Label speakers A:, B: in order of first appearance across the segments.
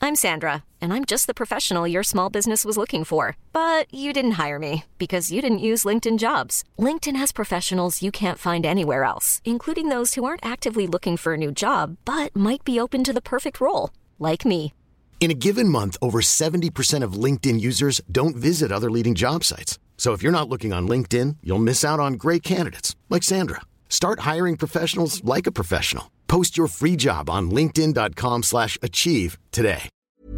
A: I'm Sandra, and I'm just the professional your small business was looking for. But you didn't hire me because you didn't use LinkedIn Jobs. LinkedIn has professionals you can't find anywhere else, including those who aren't actively looking for a new job, but might be open to the perfect role, like me.
B: In a given month, over 70% of LinkedIn users don't visit other leading job sites. So if you're not looking on LinkedIn, you'll miss out on great candidates like Sandra. Start hiring professionals like a professional. Post your free job on linkedin.com/achieve today.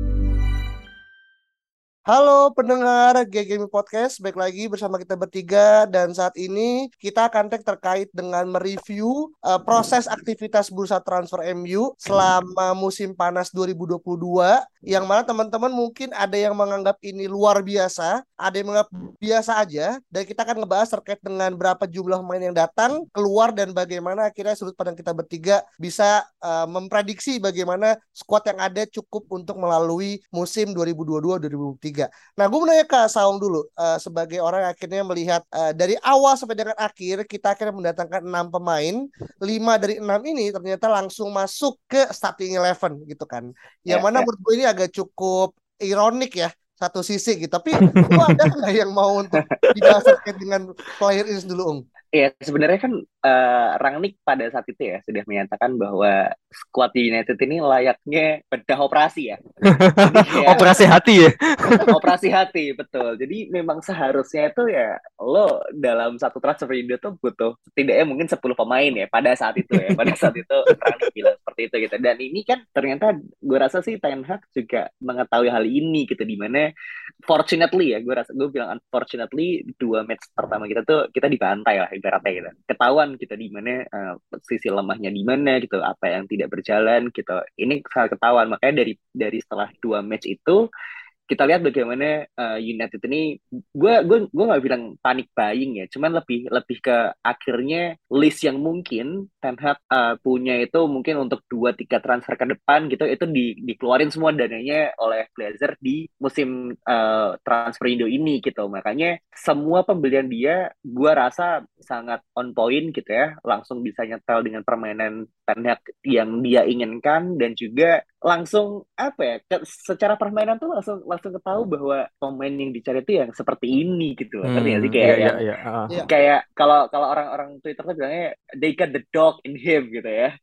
C: Halo pendengar GGMI Podcast, baik lagi bersama kita bertiga dan saat ini kita akan terkait dengan mereview proses aktivitas bursa transfer MU selama musim panas 2022 yang mana teman-teman mungkin ada yang menganggap ini luar biasa, ada yang menganggap biasa aja, dan kita akan ngebahas terkait dengan berapa jumlah pemain yang datang, keluar, dan bagaimana akhirnya sudut pandang kita bertiga bisa memprediksi bagaimana skuad yang ada cukup untuk melalui musim 2022-2023. Nah, gue mau nanya ke Saung dulu, sebagai orang yang akhirnya melihat dari awal sampai dengan akhir, kita akhirnya mendatangkan 6 pemain, 5 dari 6 ini ternyata langsung masuk ke starting 11 gitu kan. Yang mana menurut gue ini agak cukup ironik ya, satu sisi gitu. Tapi lu ada nggak yang mau untuk dibahas terkait dengan player ini dulu, Ung?
D: Iya, sebenarnya kan Rangnick pada saat itu ya sudah menyatakan bahwa skuad United ini layaknya bedah operasi ya. Jadi kayak,
E: Operasi hati ya.
D: operasi hati, betul. Jadi memang seharusnya itu ya lo dalam satu transfer window tuh butuh setidaknya mungkin 10 pemain ya pada saat itu ya. Pada saat itu Rangnick bilang seperti itu gitu. Dan ini kan ternyata gue rasa sih Ten Hag juga mengetahui hal ini gitu, di mana fortunately ya, gue bilang unfortunately 2 match pertama kita tuh kita dibantai lah ibaratnya gitu. Ketahuan kita di mana sisi lemahnya di mana gitu, apa yang tidak berjalan gitu. Ini sangat ketahuan. Makanya dari setelah 2 match itu kita lihat bagaimana United ini, gue nggak bilang panik buying ya, cuman lebih ke akhirnya list yang mungkin Ten Hag punya itu mungkin untuk 2-3 transfer ke depan gitu, itu dikeluarin semua dananya oleh Glazer di musim transfer window ini gitu. Makanya semua pembelian dia gue rasa sangat on point gitu ya, langsung bisa nyetel dengan permainan Ten Hag yang dia inginkan, dan juga langsung apa ya, secara permainan tuh langsung ketahui bahwa pemain yang dicari itu yang seperti ini gitu loh. Ngerti nggak sih, kayak yang kayak kalau orang-orang Twitter tuh bilangnya they got the dog in him gitu ya.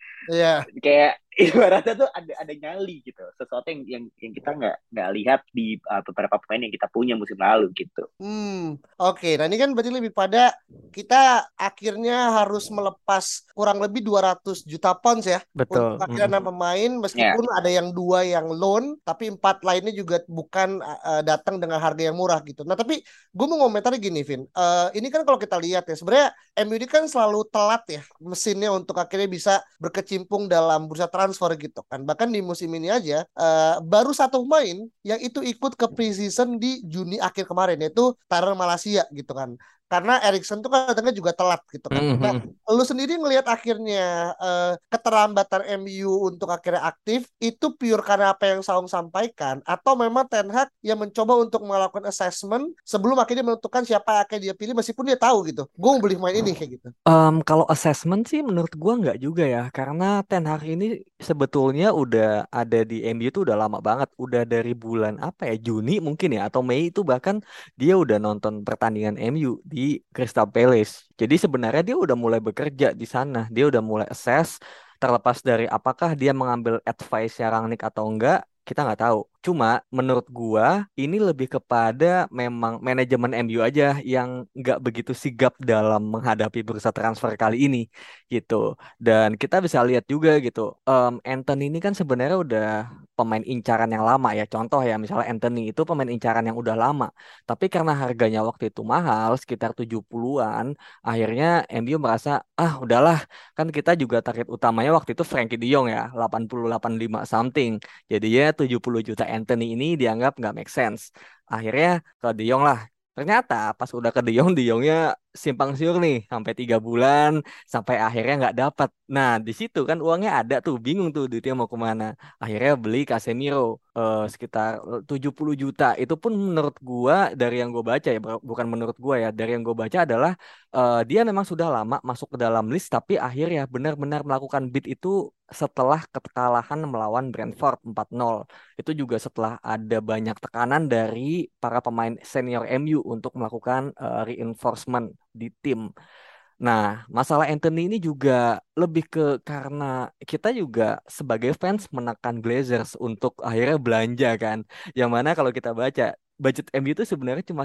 D: Kayak ibaratnya tuh ada nyali gitu, sesuatu yang kita nggak lihat di beberapa pemain yang kita punya musim lalu gitu.
C: Oke. Nah ini kan berarti lebih pada kita akhirnya harus melepas kurang lebih 200 juta pounds ya.
E: Betul.
C: Untuk akhirnya 6 pemain, meskipun ada yang 2 yang loan, tapi 4 lainnya juga bukan datang dengan harga yang murah gitu. Nah tapi gue mau ngomentari gini, Vin. Ini kan kalau kita lihat ya, sebenarnya MU ini kan selalu telat ya mesinnya untuk akhirnya bisa berkecimpung dalam bursa transfer gitu kan. Bahkan di musim ini aja baru 1 pemain yang itu ikut ke pre-season di Juni akhir kemarin, yaitu Tyrell Malacia gitu kan. Karena Erikson tuh katanya juga telat gitu kan. Nah, lu sendiri ngelihat akhirnya keterlambatan MU untuk akhirnya aktif itu pure karena apa yang Saung sampaikan, atau memang Ten Hag yang mencoba untuk melakukan assessment sebelum akhirnya menentukan siapa yang akan dia pilih, meskipun dia tahu gitu, gue mau beli pemain ini kayak gitu.
E: Kalau assessment sih menurut gua nggak juga ya, karena Ten Hag ini sebetulnya udah ada di MU itu udah lama banget, udah dari bulan apa ya, Juni mungkin ya, atau Mei itu bahkan dia udah nonton pertandingan MU di Crystal Palace. Jadi sebenarnya dia udah mulai bekerja di sana, dia udah mulai assess. Terlepas dari apakah dia mengambil advice Rangnick atau enggak, kita nggak tahu. Cuma menurut gua ini lebih kepada memang manajemen MU aja yang nggak begitu sigap dalam menghadapi bursa transfer kali ini gitu. Dan kita bisa lihat juga gitu, Anthony ini kan sebenarnya udah pemain incaran yang lama ya. Contoh ya, misalnya Anthony itu pemain incaran yang udah lama. Tapi karena harganya waktu itu mahal, sekitar 70-an, akhirnya MU merasa, udahlah, kan kita juga target utamanya waktu itu Frankie de Jong ya, 80, 85 something. Jadi ya 70 juta Anthony ini dianggap nggak make sense. Akhirnya ke De Jong lah. Ternyata pas udah ke De Jong, De Jongnya simpang siur nih sampai 3 bulan sampai akhirnya nggak dapat. Nah di situ kan uangnya ada tuh, bingung tuh duitnya mau kemana. Akhirnya beli Casemiro sekitar 70 juta. Itu pun menurut gua dari yang gue baca ya, bukan menurut gua ya, dari yang gue baca adalah dia memang sudah lama masuk ke dalam list, tapi akhirnya benar-benar melakukan bid itu setelah kekalahan melawan Brentford 4-0. Itu juga setelah ada banyak tekanan dari para pemain senior MU untuk melakukan reinforcement di tim. Nah, masalah Anthony ini juga lebih ke karena kita juga sebagai fans menekan Glazers untuk akhirnya belanja kan. Yang mana kalau kita baca budget MU itu sebenarnya cuma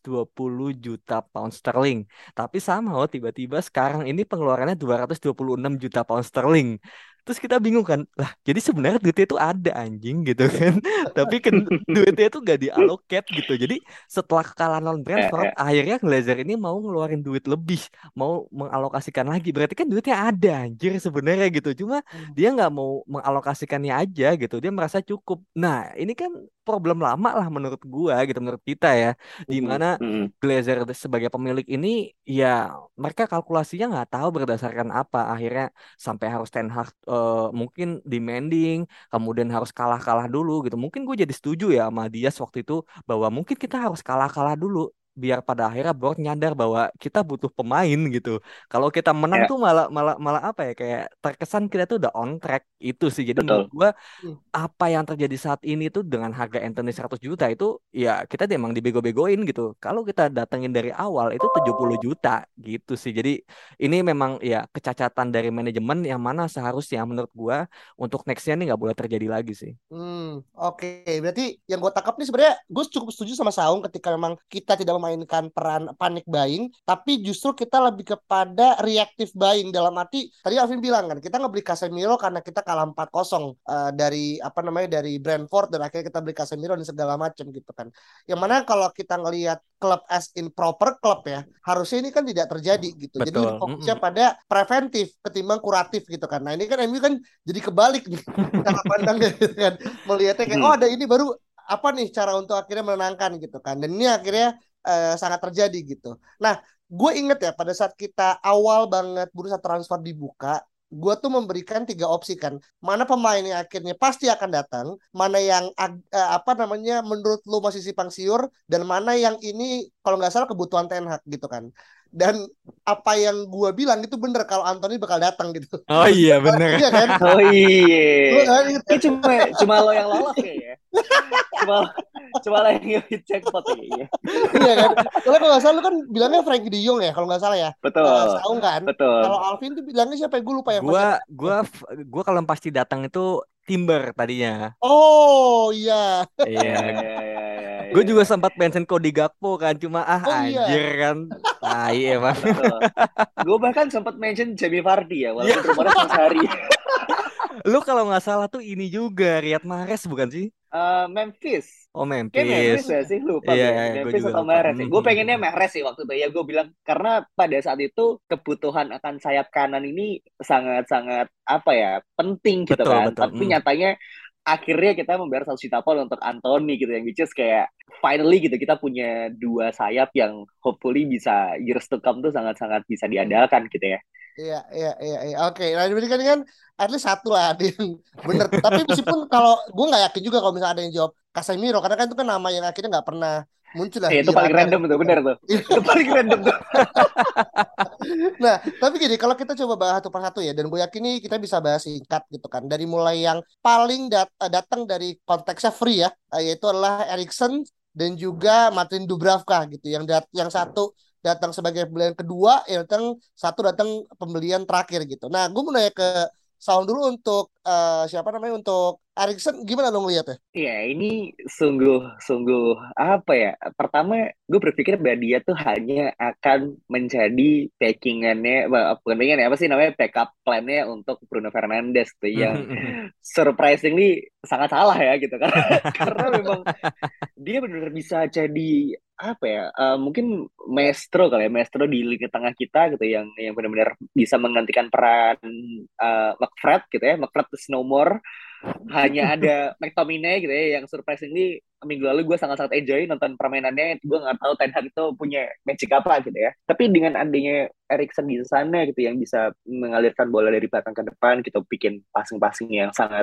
E: 120 juta pound sterling. Tapi sama oh tiba-tiba sekarang ini pengeluarannya 226 juta pound sterling. Terus kita bingung kan, lah jadi sebenarnya duitnya itu ada anjing gitu kan. Tapi kan duitnya itu gak diallocat gitu. Jadi setelah kekalahan lawan
D: Eh,
E: Brentford,
D: eh.
E: akhirnya Glazer ini mau ngeluarin duit lebih, mau mengalokasikan lagi. Berarti kan duitnya ada anjir sebenarnya gitu. Cuma dia nggak mau mengalokasikannya aja gitu. Dia merasa cukup. Nah, ini kan problem lama lah menurut gua gitu, menurut kita ya. Di
D: Mhm,
E: mana
D: mhm.
E: Glazer sebagai pemilik ini ya mereka kalkulasinya nggak tahu berdasarkan apa. Akhirnya sampai harus Ten Hag mungkin demanding, kemudian harus kalah-kalah dulu gitu. Mungkin gue jadi setuju ya sama Dias waktu itu bahwa mungkin kita harus kalah-kalah dulu biar pada akhirnya Board nyadar bahwa kita butuh pemain gitu. Kalau kita menang
D: Ya,
E: tuh malah malah malah apa ya, kayak terkesan kita tuh udah on track itu sih. Jadi menurut
D: betul.
E: gua apa yang terjadi saat ini tuh dengan harga Anthony 100 juta itu ya kita emang dibego-begoin gitu. Kalau kita datengin dari awal itu 70 juta gitu sih. Jadi ini memang ya kecacatan dari manajemen yang mana seharusnya menurut gua untuk nextnya ini nggak boleh terjadi lagi sih.
C: Oke. Berarti yang gue tangkap nih sebenarnya gue cukup setuju sama Saung ketika memang kita tidak memainkan peran panic buying, tapi justru kita lebih kepada reactive buying dalam arti tadi Alvin bilang kan kita ngebeli Casemiro karena kita kalah 4-0 dari apa namanya dari Brentford dan akhirnya kita beli Casemiro dan segala macam gitu kan. Yang mana kalau kita ngelihat klub as in proper club ya, harusnya ini kan tidak terjadi gitu. Jadi lebih
E: Betul.
C: fokusnya pada preventif ketimbang kuratif gitu kan. Nah, ini kan MU kan jadi kebalik nih cara pandangnya gitu kan, melihatnya kayak oh
D: Mhm.
C: ada ini baru apa nih cara untuk akhirnya menenangkan gitu kan, dan ini akhirnya sangat terjadi gitu. Nah, gue inget ya pada saat kita awal banget bursa transfer dibuka, gue tuh memberikan 3 opsi kan, mana pemain yang akhirnya pasti akan datang, mana yang apa namanya menurut lu masih simpang siur, dan mana yang ini kalau nggak salah kebutuhan Ten Hag gitu kan. Dan apa yang gue bilang itu bener kalau Anthony bakal datang gitu.
E: Oh iya bener.
C: Iya kan?
D: Oh iya.
C: Lu kan inget
D: Ini
C: kan?
D: cuma cuma lo yang lolos kayaknya. Cuma cuma lo yang ngehit jackpot kayaknya.
C: Iya kan? Soalnya kalau nggak salah lu kan bilangnya Frankie De Jong ya, kalau nggak salah ya.
D: Betul.
C: Saung kan. Kalau
D: Betul.
C: Alvin tuh bilangnya siapa ya? Gue lupa yang
E: Gua
C: pasti.
E: gua gua kalau pasti datang itu Timber tadinya.
C: Oh iya.
E: Iya.
D: Ya, ya, ya, ya,
E: Gue
D: ya,
E: juga
D: ya.
E: sempat mention Cody Gakpo kan, cuma
C: Oh
E: anjir
C: iya.
E: kan. Tai emang.
D: Betul. Gue bahkan sempat mention Jamie Vardy ya,
E: Iya.
D: walaupun rumornya cuma sehari.
E: Lu kalau nggak salah tuh ini juga Riyad Mahrez bukan sih?
D: Memphis.
E: Oh
D: Kayak
E: Memphis.
D: Memphis ya sih, lupa
E: Iya,
D: gue.
E: iya, gue
D: Memphis
E: juga
D: atau
E: lupa.
D: Mahrez ya. Gue pengennya Mahrez sih waktu itu ya. Gue bilang karena pada saat itu kebutuhan akan sayap kanan ini sangat-sangat apa ya penting gitu
E: Betul,
D: kan.
E: betul.
D: Tapi nyatanya akhirnya kita membayar 100 juta pound untuk Anthony gitu yang which is kayak finally gitu kita punya dua sayap yang hopefully bisa years to come tuh sangat-sangat bisa
C: Hmm.
D: diandalkan gitu ya.
C: Iya, iya, iya, iya. Oke, nah berarti kan at least satu lah ada yang bener. Tapi meskipun kalau gue nggak yakin juga kalau misalnya ada yang jawab Casemiro, karena kan itu kan nama yang akhirnya nggak pernah muncul lah di
D: Itu paling
C: radar
D: random
C: gitu
D: tuh,
C: kan.
D: bener tuh. Itu paling random tuh.
C: Nah, tapi gini, kalau kita coba bahas satu persatu ya, dan gue yakin nih kita bisa bahas singkat gitu kan. Dari mulai yang paling datang dari konteksnya free ya, yaitu adalah Erikson dan juga Martin Dubravka gitu. Yang satu datang sebagai pembelian kedua, yang satu datang pembelian terakhir gitu. Nah, gue mau nanya ke Saung dulu untuk siapa namanya untuk Erikson, gimana lo ngeliatnya?
D: Ya, ini sungguh-sungguh apa ya? Pertama, gue berpikir bahwa dia tuh hanya akan menjadi backingannya, bukan backingan ya, apa sih namanya backup plan-nya untuk Bruno Fernandes tuh yang surprisingly sangat salah ya gitu karena memang dia benar-benar bisa jadi apa ya? Mungkin maestro kali ya, maestro di lini tengah kita gitu yang benar-benar bisa menggantikan peran McFred gitu ya, McFred is no more hanya ada McTominay gitu ya yang surprisingly minggu lalu gue sangat-sangat enjoy nonton permainannya. Gue nggak tahu Ten Hag itu punya magic apa gitu ya. Tapi dengan adanya Eriksen di sana gitu yang bisa mengalirkan bola dari belakang ke depan, gitu bikin passing-passing yang sangat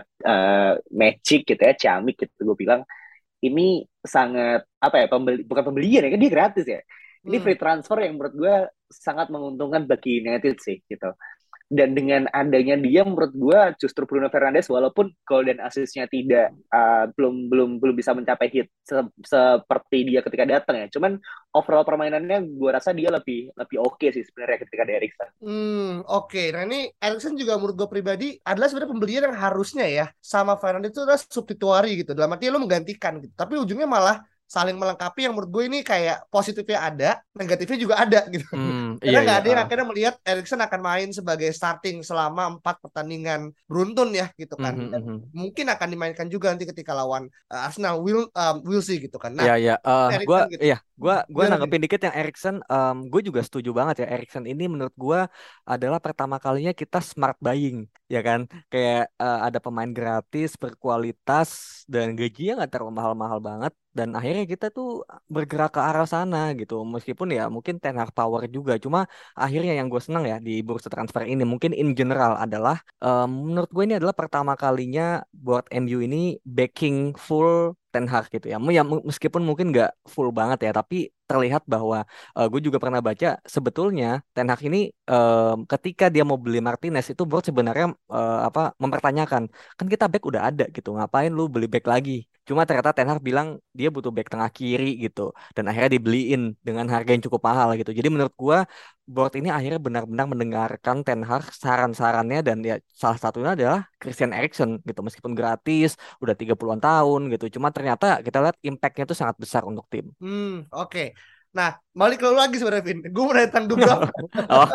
D: magic gitu ya, ciamik gitu gue bilang. Ini sangat apa ya, bukan pembelian ya kan, dia gratis ya. Ini
C: Hmm.
D: free transfer yang menurut gue sangat menguntungkan bagi United sih gitu. Dan dengan adanya dia menurut gue justru Bruno Fernandes walaupun gol dan asisnya tidak belum belum belum bisa mencapai hit seperti dia ketika datang ya. Cuman overall permainannya gue rasa dia lebih lebih oke sih sebenarnya ketika ada Eriksen.
C: Oke. Nah ini Erikson juga menurut gue pribadi adalah sebenarnya pembelian yang harusnya ya sama Fernandes itu adalah substituari gitu. Dalam arti lo menggantikan gitu. Tapi ujungnya malah saling melengkapi yang menurut gue ini kayak positifnya ada, negatifnya juga ada gitu. Karena
E: Iya
C: nggak
E: iya.
C: ada yang akhirnya melihat Erikson akan main sebagai starting selama 4 pertandingan beruntun ya gitu kan.
E: Mhm,
C: Dan
E: mhm.
C: mungkin akan dimainkan juga nanti ketika lawan Arsenal. Will see gitu kan. Nah,
E: Iya ya, gua
C: Erikson gitu.
E: iya, gua
C: Gimana Vin?
E: nanggepin dikit yang Erikson, gue juga setuju banget ya. Erikson ini menurut gua adalah pertama kalinya kita smart buying, ya kan? Kayak ada pemain gratis berkualitas dan gajinya nggak terlalu mahal-mahal banget. Dan akhirnya kita tuh bergerak ke arah sana gitu. Meskipun ya mungkin Ten Hag power juga. Cuma akhirnya yang gue senang ya di bursa transfer ini mungkin in general adalah menurut gue ini adalah pertama kalinya buat MU ini backing full Ten Hag gitu ya. Meskipun mungkin nggak full banget ya, tapi terlihat bahwa gue juga pernah baca sebetulnya Ten Hag ini ketika dia mau beli Martinez itu board sebenarnya apa mempertanyakan, kan kita back udah ada gitu, ngapain lu beli back lagi? Cuma ternyata Ten Hag bilang dia butuh back tengah kiri gitu, dan akhirnya dibeliin dengan harga yang cukup mahal gitu. Jadi menurut gue board ini akhirnya benar-benar mendengarkan Ten Hag saran-sarannya, dan ya salah satunya adalah Christian Eriksen gitu, meskipun gratis udah 30-an tahun gitu. Cuma ternyata kita lihat impactnya itu sangat besar untuk tim.
C: Oke. Nah, balik ke lu lagi sebenarnya, Vin. Gue mau nanya tentang Dubravka.
E: Oh,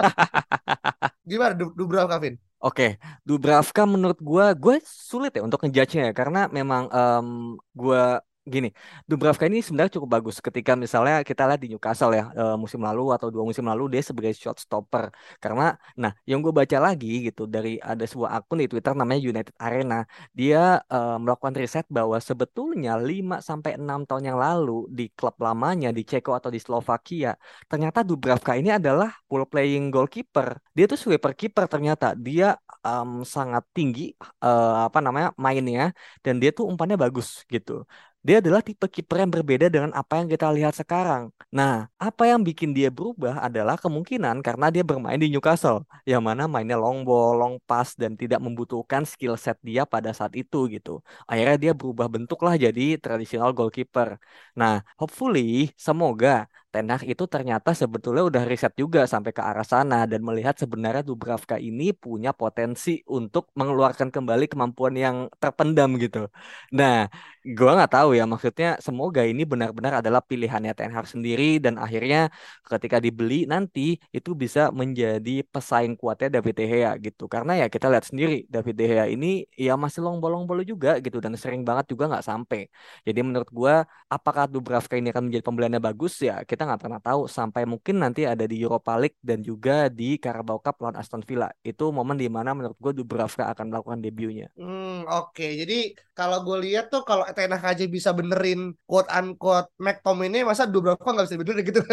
C: Gimana Dubravka, Vin?
E: oke. Dubravka menurut gue sulit ya untuk ngejudge-nya ya, karena memang gue gini, Dubravka ini sebenarnya cukup bagus ketika misalnya kita lihat di Newcastle ya, musim lalu atau 2 musim lalu dia sebagai shot stopper. Karena nah yang gue baca lagi gitu dari ada sebuah akun di Twitter namanya United Arena, dia melakukan riset bahwa sebetulnya 5 sampai 6 tahun yang lalu di klub lamanya di Ceko atau di Slovakia, ternyata Dubravka ini adalah full playing goalkeeper. Dia tuh sweeper keeper, ternyata dia sangat tinggi apa namanya mainnya, dan dia tuh umpannya bagus gitu. Dia adalah tipe kiper yang berbeda dengan apa yang kita lihat sekarang. Nah, apa yang bikin dia berubah adalah kemungkinan karena dia bermain di Newcastle, yang mana mainnya long ball, long pass, dan tidak membutuhkan skill set dia pada saat itu gitu. Akhirnya dia berubah bentuk lah jadi traditional goalkeeper. Nah, hopefully, semoga Ten Hag itu ternyata sebetulnya udah riset juga sampai ke arah sana dan melihat sebenarnya Dubravka ini punya potensi untuk mengeluarkan kembali kemampuan yang terpendam gitu. Nah, gua nggak tahu ya, maksudnya semoga ini benar-benar adalah pilihannya Ten Hag sendiri, dan akhirnya ketika dibeli nanti itu bisa menjadi pesaing kuatnya David De Gea gitu. Karena ya kita lihat sendiri David De Gea ini ya masih long bolong juga gitu, dan sering banget juga nggak sampai. Jadi menurut gua, apakah Dubravka ini akan menjadi pembeliannya bagus ya kita nggak pernah tahu, sampai mungkin nanti ada di Europa League dan juga di Carabao Cup lawan Aston Villa. Itu momen di mana menurut gua Dubravka akan melakukan debutnya.
C: Oke. Jadi kalau gue lihat tuh kalau Ten Hag aja bisa benerin quote unquote McTominay, masa Dubravka nggak bisa benerin gitu?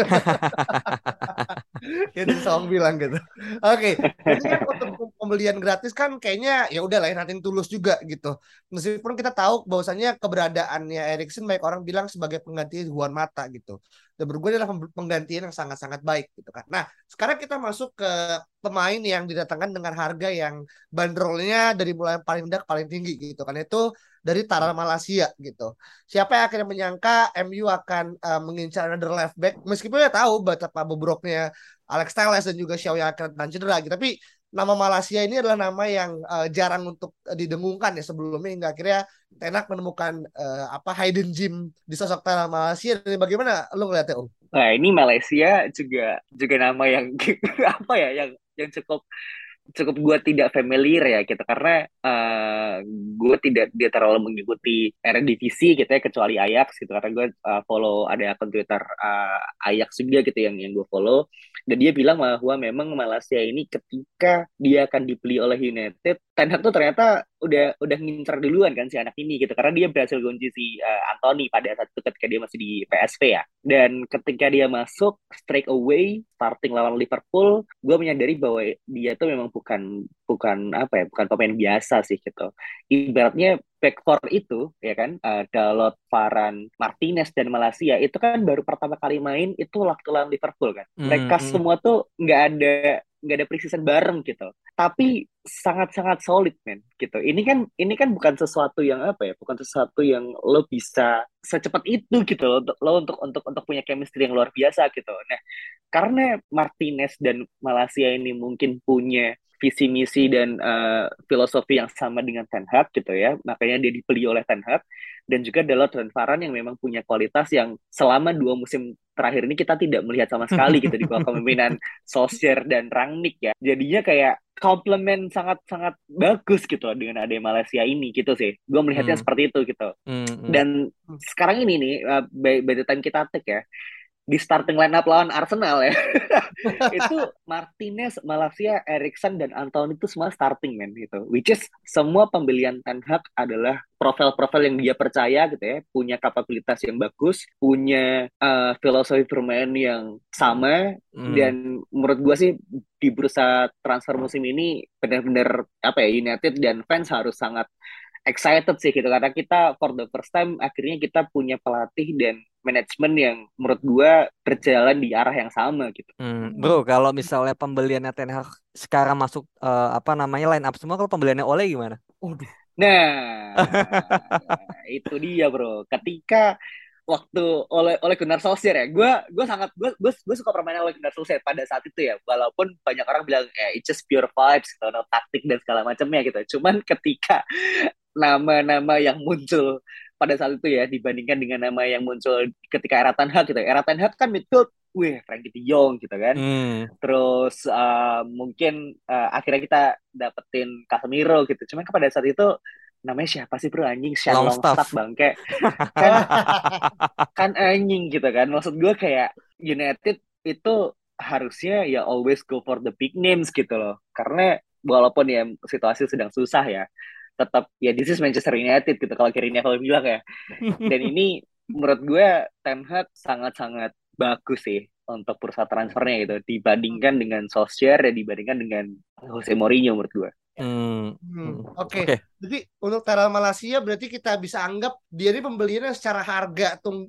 C: Itu Song bilang gitu. Oke, berarti kan untuk pembelian gratis kan kayaknya ya udah lah ya, nothing tulus juga gitu. Meskipun kita tahu bahwasannya keberadaannya Erikson banyak orang bilang sebagai pengganti Juan Mata gitu. Dan menurut gue adalah penggantian yang sangat-sangat baik gitu kan. Nah, sekarang kita masuk ke pemain yang didatangkan dengan harga yang bandrolnya dari mulai yang paling rendah ke paling tinggi gitu kan. Itu dari Tara Malaysia gitu. Siapa yang akhirnya menyangka MU akan mengincar another left back, meskipun ya tahu betapa bobroknya Alex Telles dan juga Xiao yang akan cedera gitu. Tapi nama Malaysia ini adalah nama yang jarang untuk didengungkan ya sebelumnya, hingga akhirnya Tenak menemukan apa hidden gem di sosok Tara Malaysia. Dan bagaimana lu ngeliatnya, Om?
D: Nah, ini Malaysia juga juga nama yang apa ya, yang cukup cukup gue tidak familiar ya gitu, karena gue tidak dia terlalu mengikuti Eredivisie gitu ya, kecuali Ajax gitu, karena gue follow ada akun Twitter Ajax juga gitu yang gue follow. Dan dia bilang bahwa memang Malaysia ini ketika dia akan dibeli oleh United, Ten Hag tuh ternyata udah ngincer duluan kan si anak ini gitu, karena dia berhasil kunci si Anthony pada saat itu ketika dia masih di PSV ya. Dan ketika dia masuk straight away starting lawan Liverpool, gue menyadari bahwa dia tuh memang bukan bukan apa ya, bukan pemain biasa sih gitu. Ibaratnya back four itu ya kan, Dalot, Varane, Martinez dan Malaysia itu kan baru pertama kali main itu waktu lawan Liverpool kan.
E: Hmm,
D: Mereka
E: hmm.
D: semua tuh nggak ada preseason bareng gitu, tapi sangat-sangat solid men gitu. Ini kan bukan sesuatu yang apa ya, bukan sesuatu yang lo bisa secepat itu gitu loh, untuk punya chemistry yang luar biasa gitu. Nah, karena Martinez dan Malaysia ini mungkin punya visi misi dan filosofi yang sama dengan Ten Hag gitu ya, makanya dia dibeli oleh Ten Hag. Dan juga Dalot dan Varane yang memang punya kualitas yang selama 2 musim terakhir ini kita tidak melihat sama sekali gitu di bawah kepemimpinan Solskjaer dan Rangnick ya. Jadinya kayak komplement sangat-sangat bagus gitu loh dengan adanya Malaysia ini gitu sih. Gue melihatnya
E: Hmm,
D: seperti itu gitu.
E: hmm, hmm.
D: Dan sekarang ini nih, by the time kita take ya, di starting line up lawan Arsenal ya, itu Martinez, Malaysia, Erikson dan Anthony itu semua starting man gitu. Which is semua pembelian Ten Hag adalah profil-profil yang dia percaya gitu ya, punya kapabilitas yang bagus, punya filosofi bermain yang sama.
E: Hmm.
D: Dan menurut gue sih di bursa transfer musim ini benar-benar apa ya, United dan fans harus sangat excited sih gitu, karena kita for the first time akhirnya kita punya pelatih dan manajemen yang menurut gua berjalan di arah yang sama gitu.
E: Bro, kalau misalnya pembeliannya Ten Hag sekarang masuk apa namanya line up semua, kalau pembeliannya Ole gimana?
C: Waduh.
D: Nah, itu dia bro. Ketika waktu oleh Gunnar Solskjaer ya, gue suka permainan oleh Gunnar Solskjaer pada saat itu ya, walaupun banyak orang bilang it's just pure vibes gitu, no taktik dan segala macamnya gitu. Cuman ketika nama-nama yang muncul pada saat itu ya dibandingkan dengan nama yang muncul ketika era Ten Hag gitu. Era Ten Hag kan midfield, wih Frankie De Jong gitu kan.
E: Hmm,
D: Terus mungkin akhirnya kita dapetin Casemiro gitu. Cuman pada saat itu namanya siapa sih bro, anjing Sean Longstaff
E: Longstaff.
D: bangke kan, kan anjing gitu kan. Maksud gue kayak United itu harusnya ya always go for the big names gitu loh, karena walaupun ya situasi sedang susah ya, tetap ya this is Manchester United gitu kalau Gary Neville bilang ya. Dan ini menurut gue Ten Hag sangat-sangat bagus sih untuk bursa transfernya gitu, dibandingkan dengan Solskjaer dan dibandingkan dengan Jose Mourinho menurut gue.
E: Hmm,
C: Oke.
E: Oke.
C: Jadi untuk Tera Malaysia berarti kita bisa anggap dia ini pembeliannya secara harga tuh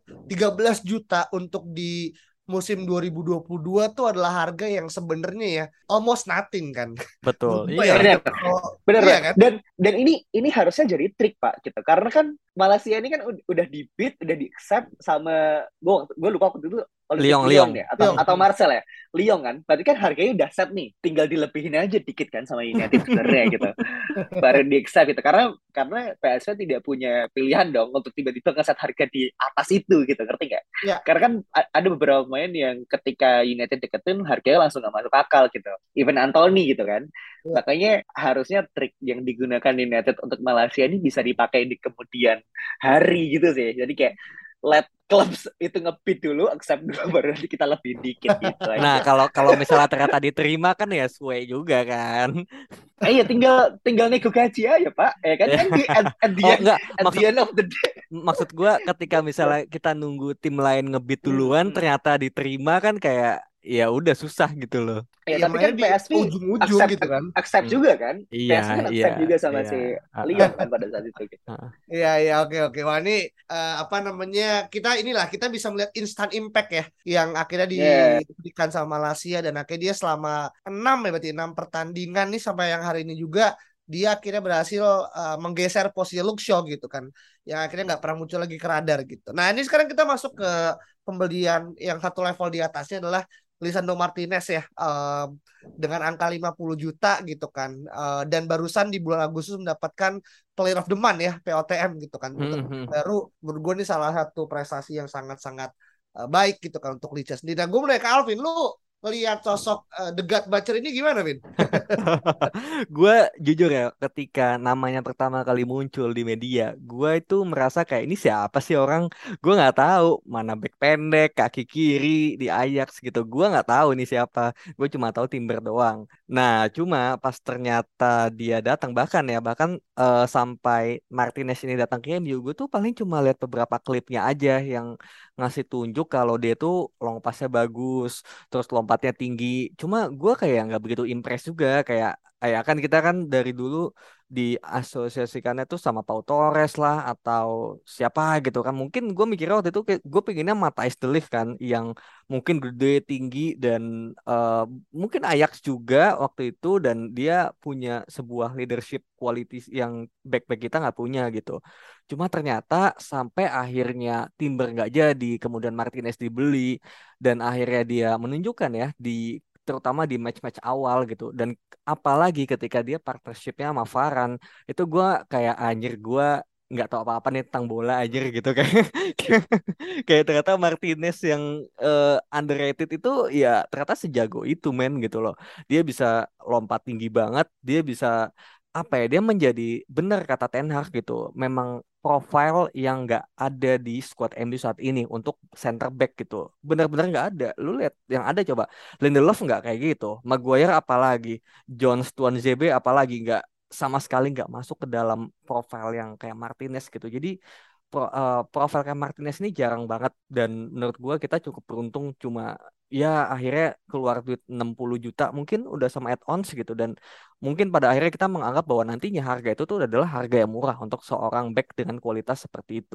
C: 13 juta untuk di musim 2022 tuh adalah harga yang sebenarnya ya almost nothing kan.
E: Betul.
C: Menurut gua ya
E: Iya.
C: gitu.
D: Benar, benar.
C: Iya kan?
D: Dan ini harusnya jadi trik Pak gitu, karena kan Malaysia ini kan udah di bid, udah di accept sama gue lupa waktu itu Olympique
E: Lyon,
D: Lyon
E: Lyon.
D: ya, atau
C: Lyon.
D: Marcel ya, Lyon kan, berarti kan harganya udah set nih, tinggal dilebihin aja dikit kan sama United sebenarnya gitu, baru di accept gitu, karena PSV tidak punya pilihan dong untuk tiba-tiba ngeset harga di atas itu gitu, ngerti nggak?
C: Ya.
D: Karena kan ada beberapa pemain yang ketika United deketin harganya langsung nggak masuk akal gitu, even Anthony gitu kan.
C: Ya.
D: Makanya harusnya trik yang digunakan United untuk Malaysia ini bisa dipakai di kemudian hari gitu sih. Jadi kayak let clubs itu ngebid dulu, accept dulu, baru nanti kita lebih dikit gitu
E: Nah,
D: aja.
E: kalau misalnya ternyata diterima kan ya suwe juga kan.
D: Iya, tinggal nego gaji aja Pak. Kan
E: Ya.
D: di at the
E: Oh
D: end,
E: enggak,
D: at the
E: maksud
D: end of the day.
E: maksud gua ketika misalnya kita nunggu tim lain ngebid duluan ternyata diterima kan kayak ya udah susah gitu loh.
D: Ya
C: Iya,
D: tapi
C: makanya
D: kan
C: di
D: PSV
C: ujung-ujung
D: accept
C: gitu kan.
D: accept
E: Hmm.
D: juga kan.
E: Iya,
D: PSV kan
E: iya,
D: accept juga sama
E: iya.
D: si Lyon kan pada saat itu gitu.
C: Iya, iya, oke. Wah, ini apa namanya, kita bisa melihat instant impact ya yang akhirnya
D: Ya,
C: diberikan sama Malaysia, dan akhirnya dia selama 6 ya, berarti 6 pertandingan nih sampai yang hari ini juga dia akhirnya berhasil menggeser posisi Luke Shaw gitu kan, yang akhirnya nggak pernah muncul lagi ke radar gitu. Nah, ini sekarang kita masuk ke pembelian yang satu level di atasnya adalah Lisandro Martinez ya, dengan angka 50 juta gitu kan. Dan barusan di bulan Agustus mendapatkan Player of the Month ya, POTM gitu kan. Untuk baru menurut gue ini salah satu prestasi yang sangat-sangat baik gitu kan untuk Leicester sendiri. Nah, gue mulai ke Alvin, lu lihat sosok The God Butcher ini gimana, Vin?
E: Gue jujur ya, ketika namanya pertama kali muncul di media, gue itu merasa kayak ini siapa sih orang? Gue nggak tahu mana back pendek, kaki kiri di Ajax gitu. Gue nggak tahu ini siapa. Gue cuma tahu Timber doang. Nah, cuma pas ternyata dia datang, bahkan sampai Martinez ini datang ke MU, gue tuh paling cuma lihat beberapa klipnya aja yang ngasih tunjuk kalau dia tuh long passnya bagus, terus lompatnya tinggi. Cuma gue kayak nggak begitu impress juga, kayak kan kita kan dari dulu diasosiasikannya tuh sama Pau Torres lah atau siapa gitu kan. Mungkin gue mikirnya waktu itu gue pengennya Matthijs de Ligt kan, yang mungkin gede tinggi dan mungkin Ajax juga waktu itu, dan dia punya sebuah leadership qualities yang back-back kita nggak punya gitu. Cuma ternyata sampai akhirnya Timber nggak jadi, kemudian Martinez dibeli, dan akhirnya dia menunjukkan ya terutama di match-match awal gitu, dan apalagi ketika dia partnershipnya sama Varane, itu gue kayak anjir, gue nggak tahu apa-apa nih tentang bola anjir gitu kayak kayak ternyata Martinez yang underrated itu ya ternyata sejago itu men gitu loh. Dia bisa lompat tinggi banget, dia bisa apa ya, dia menjadi benar kata Ten Hag gitu, memang profile yang nggak ada di squad MU saat ini untuk center back gitu, benar-benar nggak ada. Lu lihat yang ada coba, Lindelof nggak kayak gitu, Maguire apalagi, Jones, Tuan ZB apalagi, nggak sama sekali nggak masuk ke dalam profile yang kayak Martinez gitu. Jadi profil kayak Martinez ini jarang banget, dan menurut gua kita cukup beruntung, cuma ya akhirnya keluar duit 60 juta mungkin udah sama add-ons gitu, dan mungkin pada akhirnya kita menganggap bahwa nantinya harga itu tuh adalah harga yang murah untuk seorang back dengan kualitas seperti itu.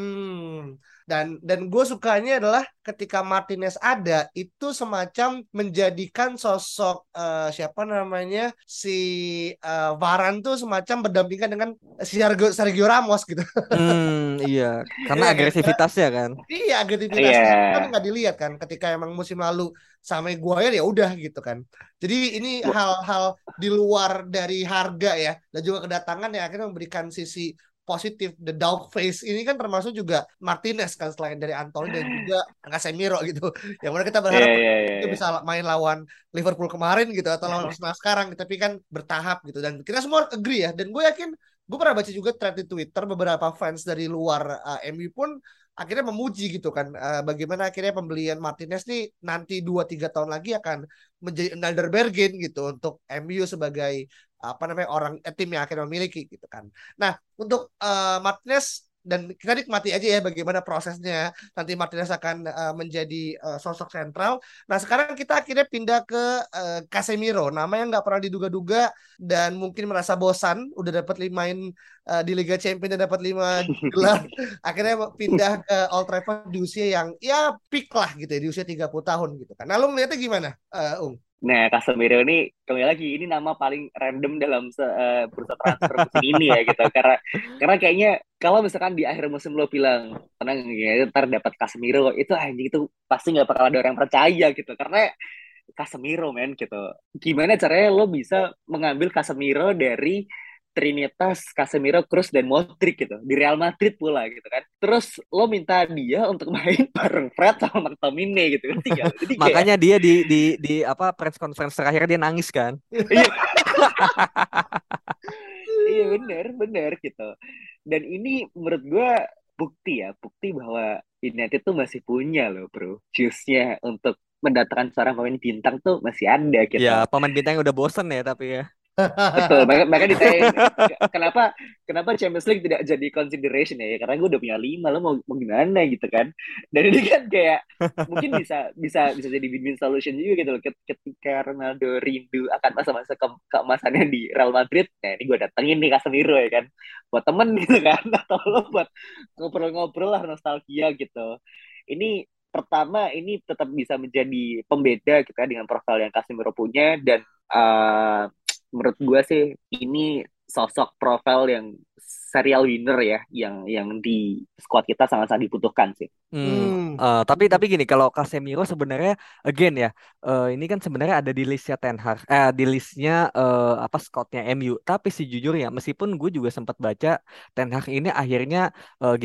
C: Dan gue sukanya adalah ketika Martinez ada itu semacam menjadikan sosok siapa namanya si Varane tuh semacam berdampingan dengan Sergio Ramos gitu.
E: Iya, karena
C: Iya kan?
E: agresivitasnya kan.
C: Iya,
D: Iya.
C: agresivitasnya kan nggak dilihat kan ketika emang musim lalu sama Maguire ya udah gitu kan. Jadi ini hal-hal di luar dari harga ya, dan juga kedatangan yang akhirnya memberikan sisi positif. The dog face ini kan termasuk juga Martinez kan, selain dari Anthony dan juga Casemiro gitu. Yang mana kita
D: Iya,
C: berharap
D: iya, iya,
C: itu
D: iya.
C: bisa main lawan Liverpool kemarin gitu atau lawan Arsenal sekarang, tapi kan bertahap gitu, dan kita semua agree ya. Dan gue yakin gue pernah baca juga thread di Twitter, beberapa fans dari luar MU pun akhirnya memuji gitu kan, bagaimana akhirnya pembelian Martinez nih nanti 2-3 tahun lagi akan menjadi another bargain gitu untuk MU sebagai apa namanya orang tim yang akhirnya memiliki gitu kan. Nah, untuk Martinez, dan kita nikmati aja ya bagaimana prosesnya nanti Martinez akan menjadi sosok sentral. Nah, sekarang kita akhirnya pindah ke Casemiro, nama yang nggak pernah diduga-duga dan mungkin merasa bosan udah dapat 5 main di Liga Champions dan dapat 5 gelar, akhirnya pindah ke Old Trafford di usia yang ya peak lah gitu ya, di usia 30 tahun gitu kan. Nah, lu melihatnya gimana, Ung?
D: Nah, Casemiro ini kembali lagi ini nama paling random dalam bursa transfer musim ini ya gitu. Karena kayaknya kalau misalkan di akhir musim lo bilang tenang ya ntar dapat Casemiro, itu anjing itu pasti nggak bakal ada orang percaya gitu. Karena Casemiro men gitu. Gimana caranya lo bisa mengambil Casemiro dari Trinitas, Casemiro, Kroos dan Modric gitu di Real Madrid pula gitu kan. Terus lo minta dia untuk main bareng Fred sama McTominay gitu kan. Jadi kayak
E: Makanya dia di apa press conference terakhir dia nangis kan.
D: iya. Iya bener bener gitu. Dan ini menurut gue bukti bahwa United tuh masih punya loh bro, juice-nya untuk mendatangkan seorang pemain bintang tuh masih ada
E: Ya,
D: gitu.
E: pemain bintangnya udah bosen ya tapi ya.
D: Betul, mereka ditanyain kenapa kenapa Champions League tidak jadi consideration ya? Karena gue udah punya 5, lo mau gimana gitu kan? Dan ini kan kayak mungkin bisa jadi win-win solution juga gitu loh. Ketika Ronaldo rindu akan masa-masa keemasannya di Real Madrid, nah ini gue datengin nih Casemiro ya kan, buat temen gitu kan, atau lo buat ngobrol-ngobrol lah nostalgia gitu. Ini pertama ini tetap bisa menjadi pembeda kita dengan profil yang Casemiro punya, dan menurut gue sih ini sosok profil yang serial winner ya, yang di squad kita sangat-sangat dibutuhkan sih.
C: Hmm.
E: Tapi gini, kalau Casemiro sebenarnya again ya, ini kan sebenarnya ada di listnya Ten Hag, di listnya apa scoutnya MU. Tapi sejujurnya meskipun gue juga sempat baca Ten Hag ini akhirnya gini,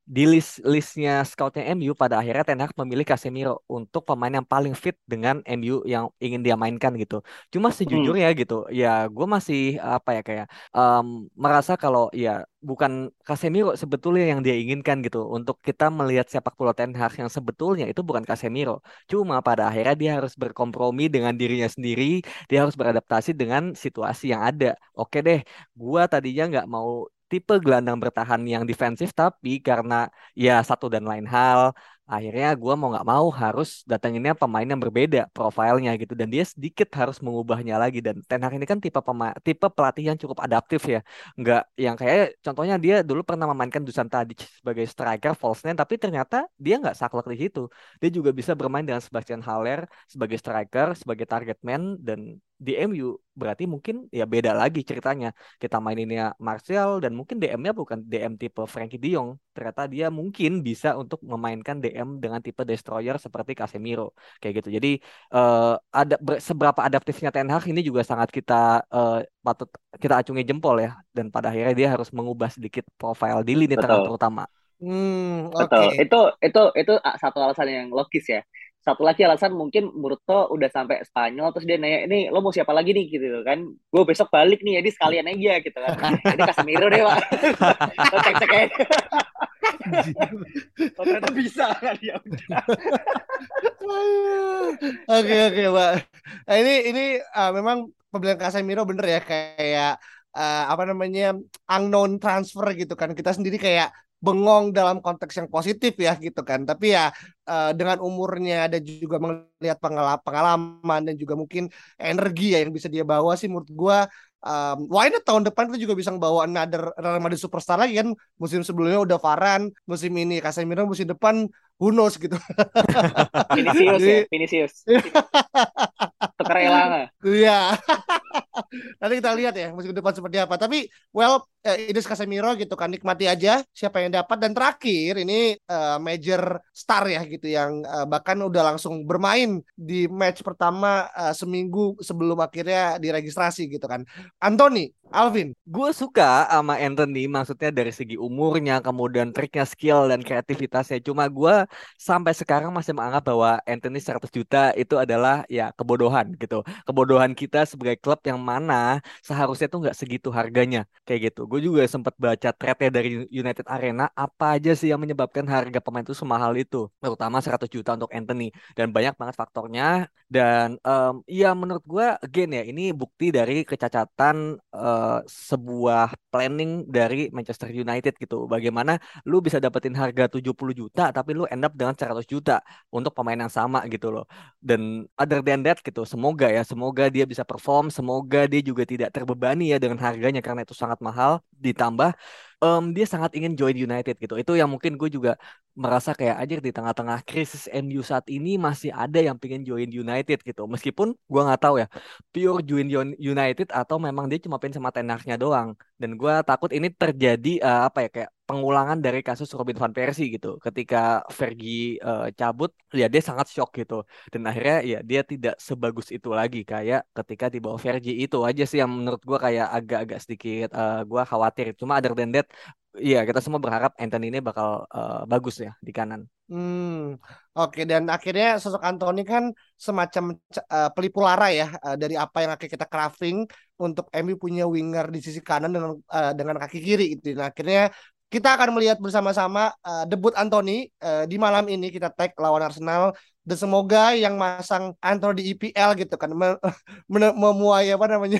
E: di listnya scoutnya MU pada akhirnya Ten Hag memilih Casemiro untuk pemain yang paling fit dengan MU yang ingin dia mainkan gitu. Cuma
D: Hmm,
E: sejujurnya gitu, ya gue masih apa ya kayak merasa kalau ya bukan Casemiro sebetulnya yang dia inginkan gitu. Untuk kita melihat sepak bola Ten Hag yang sebetulnya itu bukan Casemiro. Cuma pada akhirnya dia harus berkompromi dengan dirinya sendiri, dia harus beradaptasi dengan situasi yang ada. Oke deh, gua tadinya nggak mau tipe gelandang bertahan yang defensif, tapi karena ya satu dan lain hal, akhirnya gua mau nggak mau harus datanginnya pemain yang berbeda profilnya gitu, dan dia sedikit harus mengubahnya lagi. Dan Ten Hag ini kan tipe pelatih yang cukup adaptif ya, nggak yang kayak contohnya dia dulu pernah memainkan Dusan Tadic sebagai striker false nine, tapi ternyata dia nggak saklek di situ. Dia juga bisa bermain dengan Sebastian Haller sebagai striker, sebagai target man, dan di MU berarti mungkin ya beda lagi ceritanya. Kita maininnya Martial dan mungkin DM-nya bukan DM tipe Frankie De Jong. Ternyata dia mungkin bisa untuk memainkan DM dengan tipe destroyer seperti Casemiro kayak gitu. Jadi seberapa adaptifnya Ten Hag ini juga sangat kita patut kita acungi jempol ya. Dan pada akhirnya dia harus mengubah sedikit profile di lini tengah
D: betul.
E: terutama.
C: Oke.
D: Betul, itu satu alasan yang logis ya. Satu lagi alasan mungkin Murto udah sampai Spanyol terus dia nanya, ini lo mau siapa lagi nih gitu kan? Gue besok balik nih, jadi sekalian aja gitu kan. Ini Casemiro deh pak. Lo cek cek aja. Oh ternyata bisa kan ya udah.
C: Oke oke Pak. Nah, ini memang pembelian Casemiro bener ya kayak apa namanya unknown transfer gitu kan. Kita sendiri kayak bengong dalam konteks yang positif ya gitu kan. Tapi ya dengan umurnya dan juga melihat pengalaman dan juga mungkin energi ya yang bisa dia bawa sih menurut gua why not tahun depan kita juga bisa bawa another Real Madrid superstar lagi kan. Musim sebelumnya udah Varane, musim ini Casemiro, musim depan who knows gitu.
D: Vinicius ya,
C: Jadi
D: Vinicius. Tukar Elanga.
C: iya, nanti kita lihat ya musim depan seperti apa. Tapi well, ini Casemiro gitu kan nikmati aja siapa yang dapat. Dan terakhir ini major star ya gitu yang bahkan udah langsung bermain di match pertama seminggu sebelum akhirnya diregistrasi gitu kan. Anthony, Alvin.
E: Gue suka sama Anthony, maksudnya dari segi umurnya, kemudian triknya, skill, dan kreativitasnya. Cuma gue sampai sekarang masih menganggap bahwa Anthony 100 juta itu adalah ya kebodohan gitu. Kebodohan kita sebagai klub yang mana seharusnya tuh nggak segitu harganya. Kayak gitu. Gue juga sempat baca threadnya dari United Arena, apa aja sih yang menyebabkan harga pemain itu semahal itu. Terutama 100 juta untuk Anthony. Dan banyak banget faktornya. Dan ya menurut gue, again ya, ini bukti dari kecacatan sebuah planning dari Manchester United gitu. Bagaimana lu bisa dapetin harga 70 juta tapi lu end up dengan 100 juta untuk pemain yang sama gitu loh. Dan other than that gitu, semoga ya, semoga dia bisa perform, semoga dia juga tidak terbebani ya dengan harganya karena itu sangat mahal. Ditambah dia sangat ingin join United gitu. Itu yang mungkin gue juga merasa kayak aja di tengah-tengah krisis MU saat ini masih ada yang pengen join United gitu. Meskipun gue nggak tahu ya pure join United atau memang dia cuma pengen sama tenarnya doang. Dan gue takut ini terjadi apa ya kayak pengulangan dari kasus Robin van Persie gitu. Ketika Fergie cabut, ya dia sangat shock gitu. Dan akhirnya ya dia tidak sebagus itu lagi kayak ketika di bawah Fergie. Itu aja sih yang menurut gue kayak agak-agak sedikit gue khawatir. Cuma other than that, iya kita semua berharap Anthony ini bakal bagus ya di kanan.
C: Oke, dan akhirnya sosok Anthony kan semacam pelipu lara ya dari apa yang akhirnya kita crafting untuk MU punya winger di sisi kanan dengan kaki kiri gitu. Nah, akhirnya kita akan melihat bersama-sama debut Anthony di malam ini kita tag lawan Arsenal. Dan semoga yang masang Anthony di EPL gitu kan memuai apa namanya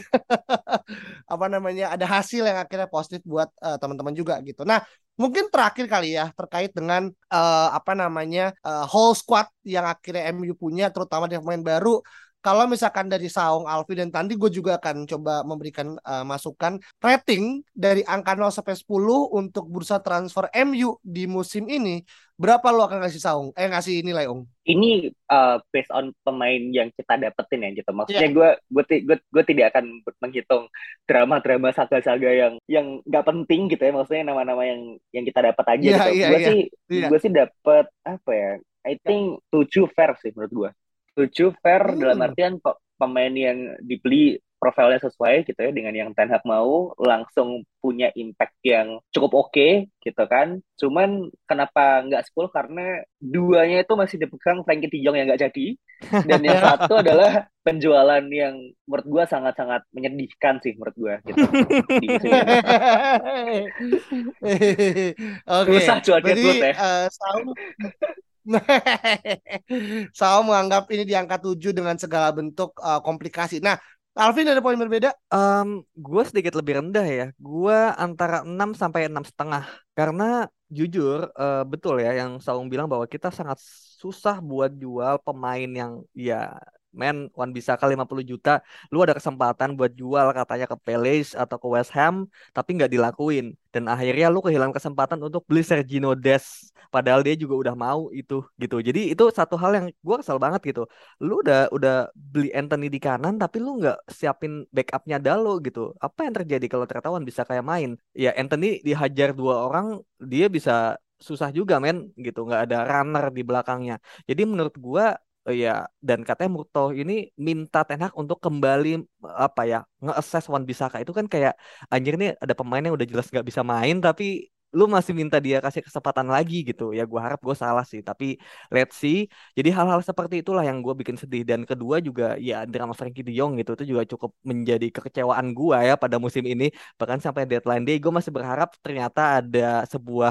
C: apa namanya ada hasil yang akhirnya positif buat teman-teman juga gitu. Nah, mungkin terakhir kali ya terkait dengan apa namanya whole squad yang akhirnya MU punya terutama di pemain baru. Kalau misalkan dari Saung, Alfi dan Tandi, gue juga akan coba memberikan masukan rating dari angka 0 sampai 10 untuk bursa transfer MU di musim ini. Berapa lo akan kasih Saung? Ngasih nilai, Ong?
D: Ini based on pemain yang kita dapetin ya gitu. Maksudnya
C: Iya,
D: gue tidak akan menghitung drama-drama saga-saga yang nggak penting gitu ya. Maksudnya nama-nama yang kita dapat aja
C: iya,
D: gitu.
C: iya,
D: Gue
C: iya.
D: sih
C: Iya.
D: gue sih dapat apa ya? I
C: Ya.
D: think 7 fair sih menurut gue. 7 fair dalam
C: Hmm.
D: artian pemain yang dibeli profilnya sesuai gitu ya dengan yang Ten Hag mau, langsung punya impact yang cukup oke gitu kan. Cuman kenapa nggak 10? Karena duanya itu masih dipegang Frankie de Jong yang nggak jadi, dan yang satu adalah penjualan yang menurut gue sangat-sangat menyedihkan sih menurut gue gitu di musim ini.
C: Oke,
D: Susah cuan
C: berarti
D: Deadwood ya.
C: Saul Saul menganggap ini di angka 7 dengan segala bentuk komplikasi. Nah, Alvin ada poin berbeda?
E: Gue sedikit lebih rendah ya. Gue antara 6 sampai 6,5. Karena jujur betul ya yang Saung bilang bahwa kita sangat susah buat jual pemain yang ya Wan Bissaka 50 juta. Lu ada kesempatan buat jual katanya ke Palace atau ke West Ham, tapi nggak dilakuin. Dan akhirnya lu kehilangan kesempatan untuk beli Sergio Dest. Padahal dia juga udah mau itu gitu. Jadi itu satu hal yang gue kesel banget gitu. Lu udah beli Anthony di kanan tapi lu nggak siapin backupnya Dalo gitu. Apa yang terjadi kalau ternyata Wan bisa kayak main? Ya Anthony dihajar 2 orang, dia bisa susah juga gitu. Nggak ada runner di belakangnya. Jadi menurut gua ya, dan katanya Murtoh ini minta Ten Hag untuk kembali apa ya nge-assess Wan Bissaka itu kan kayak anjir nih ada pemain yang udah jelas nggak bisa main tapi lu masih minta dia kasih kesempatan lagi gitu ya. Gue harap gue salah sih tapi let's see. Jadi hal-hal seperti itulah yang gue bikin sedih. Dan kedua juga ya drama Frankie de Jong gitu itu juga cukup menjadi kekecewaan gue ya pada musim ini. Bahkan sampai deadline day gue masih berharap ternyata ada sebuah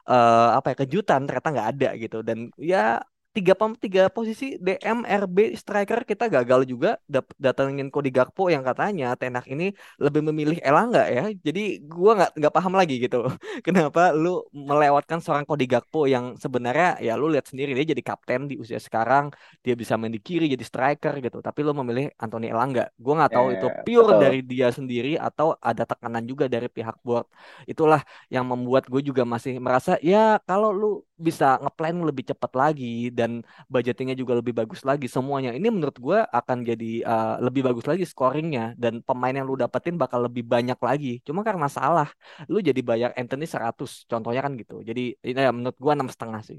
E: apa ya kejutan, ternyata nggak ada gitu. Dan ya tiga posisi DM, RB, striker kita gagal juga datengin Cody Gakpo yang katanya Ten Hag ini lebih memilih Elanga ya. Jadi gua nggak paham lagi gitu. Kenapa lu melewatkan seorang Cody Gakpo yang sebenarnya ya lu lihat sendiri dia jadi kapten di usia sekarang, dia bisa main di kiri jadi striker gitu. Tapi lu memilih Anthony Elanga. Gua nggak tahu itu pure
D: Betul.
E: dari dia sendiri atau ada tekanan juga dari pihak board. Itulah yang membuat gue juga masih merasa ya kalau lu bisa ngeplan lebih cepat lagi dan budgetingnya juga lebih bagus lagi semuanya, ini menurut gue akan jadi lebih bagus lagi scoringnya dan pemain yang lu dapetin bakal lebih banyak lagi. Cuma karena salah lu jadi bayar Anthony 100 contohnya kan gitu. Jadi ya menurut gue 6,5 sih.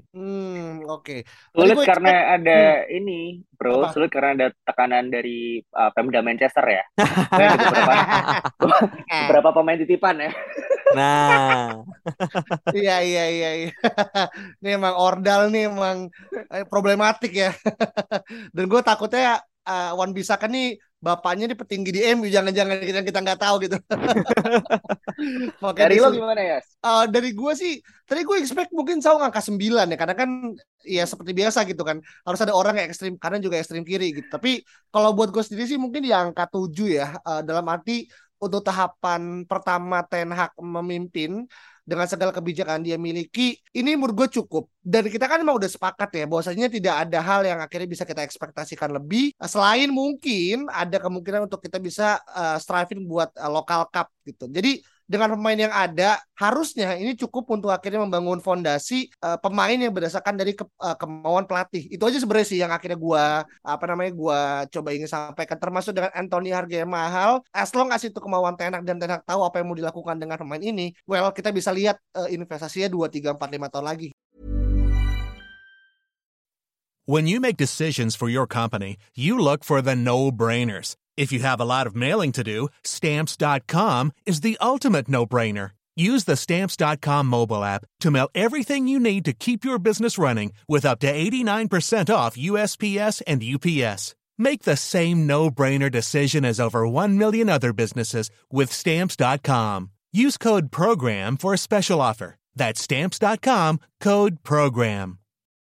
C: Oke. Tadi
D: Sulit
C: gue
D: karena
C: expect
D: ada ini, bro.
C: apa?
D: Sulit karena ada tekanan dari Pemda Manchester ya. Ada beberapa pemain titipan ya.
E: Nah,
C: Iya. Ini emang Ordal nih emang problematik ya. Dan gue takutnya Wan Bissaka nih bapaknya nih petinggi di MU, jangan-jangan kita nggak tahu gitu. Makanya
D: Dari lo gimana ya?
C: Dari gue sih, tadi gue expect mungkin Saung angka 9 ya, karena kan ya seperti biasa gitu kan, harus ada orang yang ekstrim kanan juga ekstrim kiri gitu. Tapi kalau buat gue sendiri sih mungkin di angka 7 ya, dalam arti untuk tahapan pertama Ten Hag memimpin dengan segala kebijakan dia miliki, ini menurut gue cukup. Dan kita kan memang udah sepakat ya, bahwasanya tidak ada hal yang akhirnya bisa kita ekspektasikan lebih, selain mungkin ada kemungkinan untuk kita bisa striving buat local cup gitu. Jadi dengan pemain yang ada, harusnya ini cukup untuk akhirnya membangun fondasi pemain yang berdasarkan dari kemauan pelatih. Itu aja sebenarnya sih yang akhirnya gue coba ingin sampaikan, termasuk dengan Anthony harganya mahal. As long as itu kemauan Ten Hag dan Ten Hag tahu apa yang mau dilakukan dengan pemain ini, well kita bisa lihat investasinya 2, 3, 4, 5 tahun lagi.
F: When you make decisions for your company, you look for the no-brainers. If you have a lot of mailing to do, Stamps.com is the ultimate no-brainer. Use the Stamps.com mobile app to mail everything you need to keep your business running with up to 89% off USPS and UPS. Make the same no-brainer decision as over 1 million other businesses with Stamps.com. Use code PROGRAM for a special offer. That's Stamps.com, code PROGRAM.